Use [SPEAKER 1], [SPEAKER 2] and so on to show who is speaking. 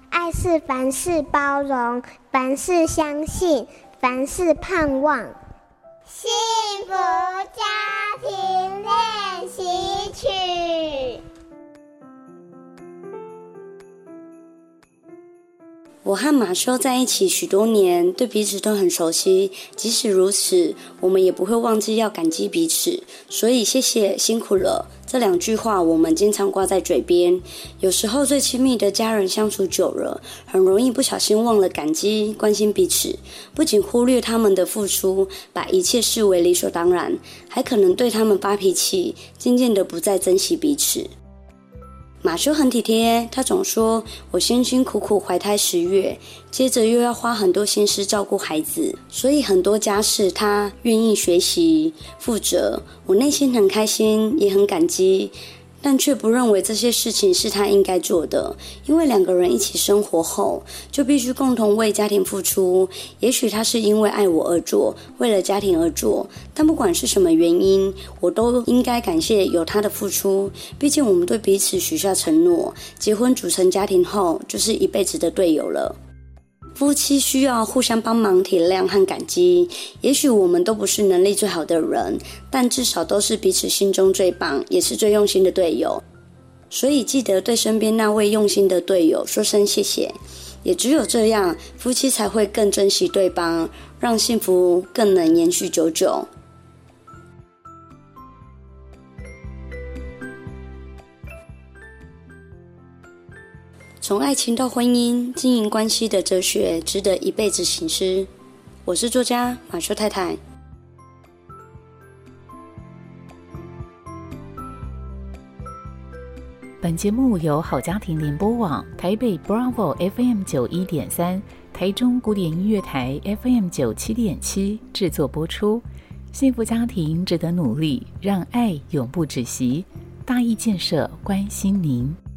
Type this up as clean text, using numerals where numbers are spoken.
[SPEAKER 1] 爱是凡事包容，凡事相信，凡事盼望。幸福家庭练习曲。
[SPEAKER 2] 我和马修在一起许多年，对彼此都很熟悉。即使如此，我们也不会忘记要感激彼此。所以谢谢，辛苦了。这2句话我们经常挂在嘴边。有时候最亲密的家人相处久了，很容易不小心忘了感激、关心彼此，不仅忽略他们的付出，把一切视为理所当然，还可能对他们发脾气，渐渐的不再珍惜彼此。马修很体贴，他总说我辛辛苦苦怀胎10月，接着又要花很多心思照顾孩子，所以很多家事他愿意学习负责。我内心很开心，也很感激，但却不认为这些事情是他应该做的，因为2个人一起生活后，就必须共同为家庭付出。也许他是因为爱我而做，为了家庭而做，但不管是什么原因，我都应该感谢有他的付出。毕竟我们对彼此许下承诺，结婚组成家庭后，就是一辈子的队友了。夫妻需要互相帮忙、体谅和感激。也许我们都不是能力最好的人，但至少都是彼此心中最棒，也是最用心的队友。所以记得对身边那位用心的队友说声谢谢。也只有这样，夫妻才会更珍惜对方，让幸福更能延续久久。从爱情到婚姻，经营关系的哲学值得一辈子省思。我是作家马修太太。
[SPEAKER 3] 本节目由好家庭联播网、台北 Bravo FM 91.3、台中古典音乐台 FM 97.7制作播出。幸福家庭值得努力，让爱永不止息。大义建设关心您。